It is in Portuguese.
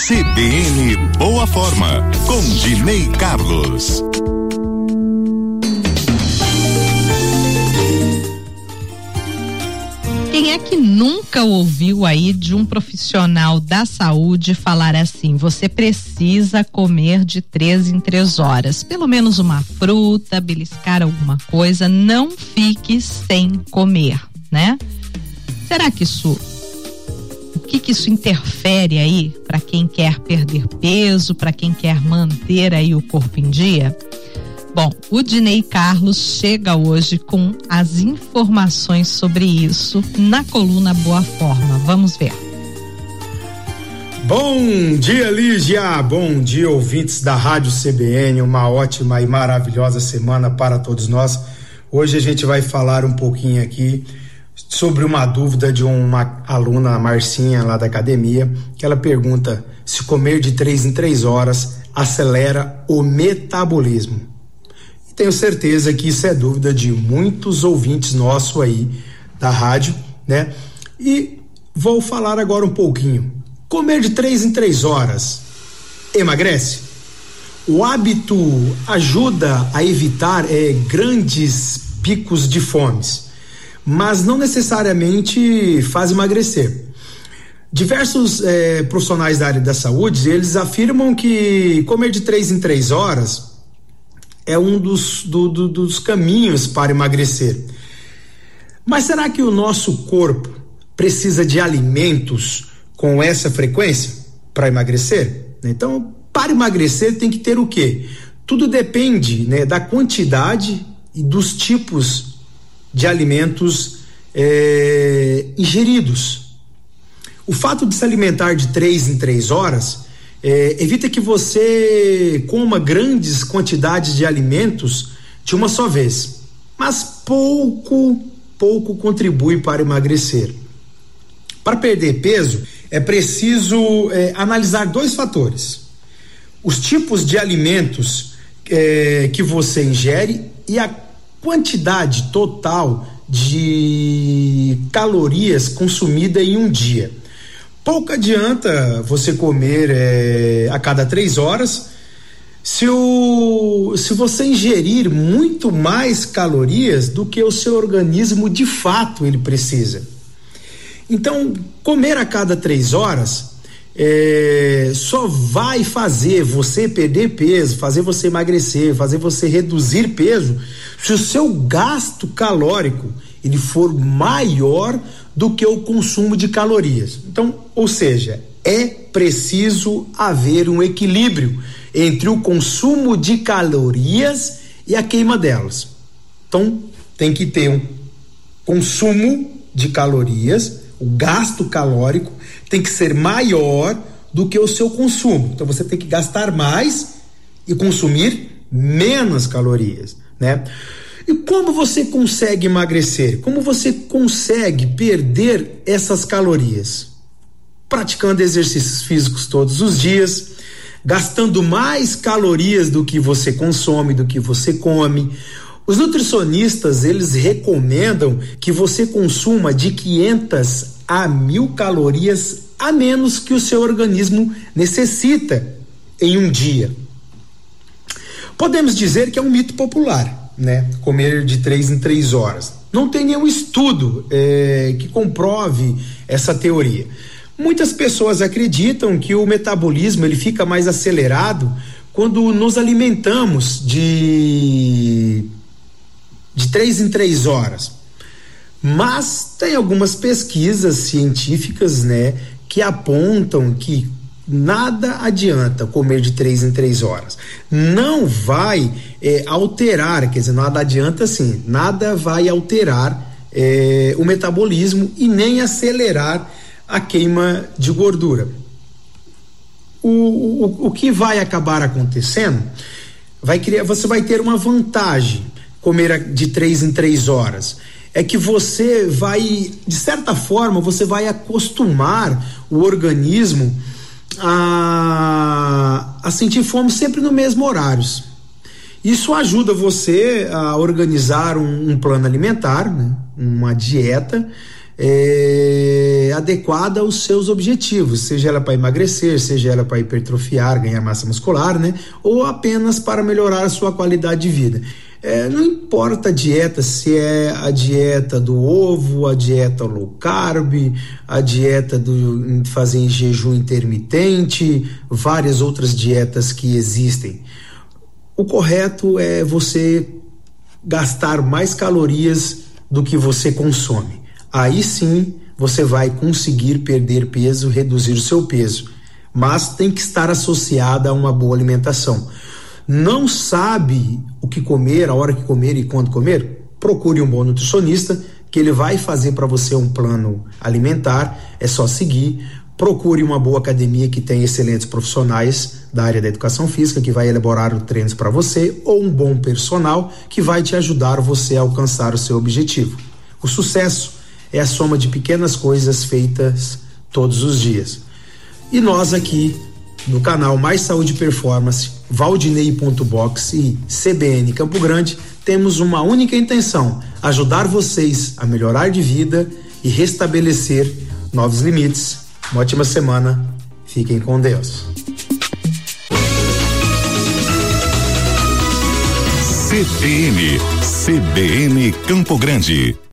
CBN Boa Forma, com Dinei Carlos. Quem é que nunca ouviu aí de um profissional da saúde falar assim: você precisa comer de 3 em 3 horas, pelo menos uma fruta, beliscar alguma coisa, não fique sem comer, né? Será que o que isso interfere aí para quem quer perder peso, para quem quer manter aí o corpo em dia? Bom, o Dinei Carlos chega hoje com as informações sobre isso na coluna Boa Forma. Vamos ver. Bom dia, Lígia. Bom dia, ouvintes da Rádio CBN. Uma ótima e maravilhosa semana para todos nós. Hoje a gente vai falar um pouquinho aqui sobre uma dúvida de uma aluna, a Marcinha, lá da academia, que ela pergunta se comer de 3 em 3 horas acelera o metabolismo. Tenho certeza que isso é dúvida de muitos ouvintes nossos aí da rádio, né? E vou falar agora um pouquinho. Comer de 3 em 3 horas emagrece? O hábito ajuda a evitar grandes picos de fomes, mas não necessariamente faz emagrecer. Diversos profissionais da área da saúde, eles afirmam que comer de 3 em 3 horas é um dos caminhos para emagrecer. Mas será que o nosso corpo precisa de alimentos com essa frequência para emagrecer? Então, para emagrecer tem que ter o quê? Tudo depende, né, da quantidade e dos tipos de alimentos ingeridos. O fato de se alimentar de 3 em 3 horas evita que você coma grandes quantidades de alimentos de uma só vez, mas pouco contribui para emagrecer. Para perder peso, é preciso analisar 2 fatores: os tipos de alimentos que você ingere e a quantidade total de calorias consumida em um dia. Pouco adianta você comer a cada 3 horas se você ingerir muito mais calorias do que o seu organismo de fato ele precisa. Então, comer a cada 3 horas só vai fazer você perder peso, fazer você emagrecer, fazer você reduzir peso se o seu gasto calórico ele for maior do que o consumo de calorias. Então, ou seja, é preciso haver um equilíbrio entre o consumo de calorias e a queima delas. Então, tem que ter um consumo de calorias, o gasto calórico tem que ser maior do que o seu consumo. Então, você tem que gastar mais e consumir menos calorias, né? E como você consegue emagrecer? Como você consegue perder essas calorias? Praticando exercícios físicos todos os dias, gastando mais calorias do que você consome, do que você come. Os nutricionistas, eles recomendam que você consuma de 500 a 1.000 calorias a menos que o seu organismo necessita em um dia. Podemos dizer que é um mito popular, né? Comer de 3 em 3 horas. Não tem nenhum estudo que comprove essa teoria. Muitas pessoas acreditam que o metabolismo ele fica mais acelerado quando nos alimentamos de 3 em 3 horas. Mas tem algumas pesquisas científicas, né, que apontam que nada adianta comer de 3 em 3 horas. Não vai alterar, quer dizer, nada adianta assim, nada vai alterar o metabolismo e nem acelerar a queima de gordura. O que vai acabar acontecendo, você vai ter uma vantagem comer de 3 em 3 horas. É que você vai, de certa forma, você vai acostumar o organismo a sentir fome sempre no mesmo horário. Isso ajuda você a organizar um plano alimentar, né? Uma dieta adequada aos seus objetivos, seja ela para emagrecer, seja ela para hipertrofiar, ganhar massa muscular, né? Ou apenas para melhorar a sua qualidade de vida. Não importa a dieta, se é a dieta do ovo, a dieta low carb, a dieta do fazer em jejum intermitente, várias outras dietas que existem. O correto é você gastar mais calorias do que você consome. Aí sim você vai conseguir perder peso, reduzir o seu peso, mas tem que estar associada a uma boa alimentação. Não sabe o que comer, a hora que comer e quando comer? Procure um bom nutricionista, que ele vai fazer para você um plano alimentar, é só seguir. Procure uma boa academia que tem excelentes profissionais da área da educação física, que vai elaborar os treinos para você, ou um bom personal que vai te ajudar você a alcançar o seu objetivo. O sucesso é a soma de pequenas coisas feitas todos os dias. E nós aqui no canal Mais Saúde e Performance, Valdinei.box e CBN Campo Grande, temos uma única intenção: ajudar vocês a melhorar de vida e restabelecer novos limites. Uma ótima semana, fiquem com Deus. CBN Campo Grande.